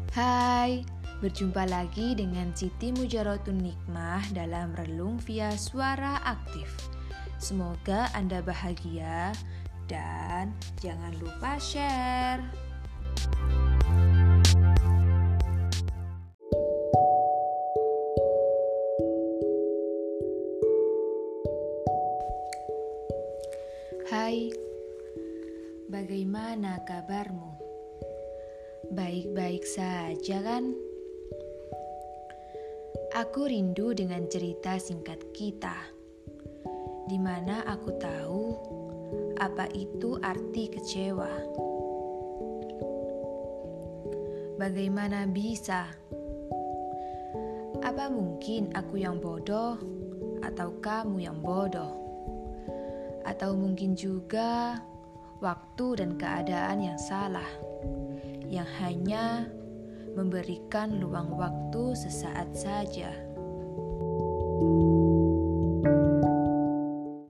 Hai, berjumpa lagi dengan Siti Mujaratun Nikmah dalam Relung via Suara Aktif. Semoga Anda bahagia dan jangan lupa share. Hai, bagaimana kabarmu? Baik-baik saja kan? Aku rindu dengan cerita singkat kita, di mana aku tahu apa itu arti kecewa. Bagaimana bisa? Apa mungkin aku yang bodoh atau kamu yang bodoh? Atau mungkin juga waktu dan keadaan yang salah, yang hanya memberikan luang waktu sesaat saja.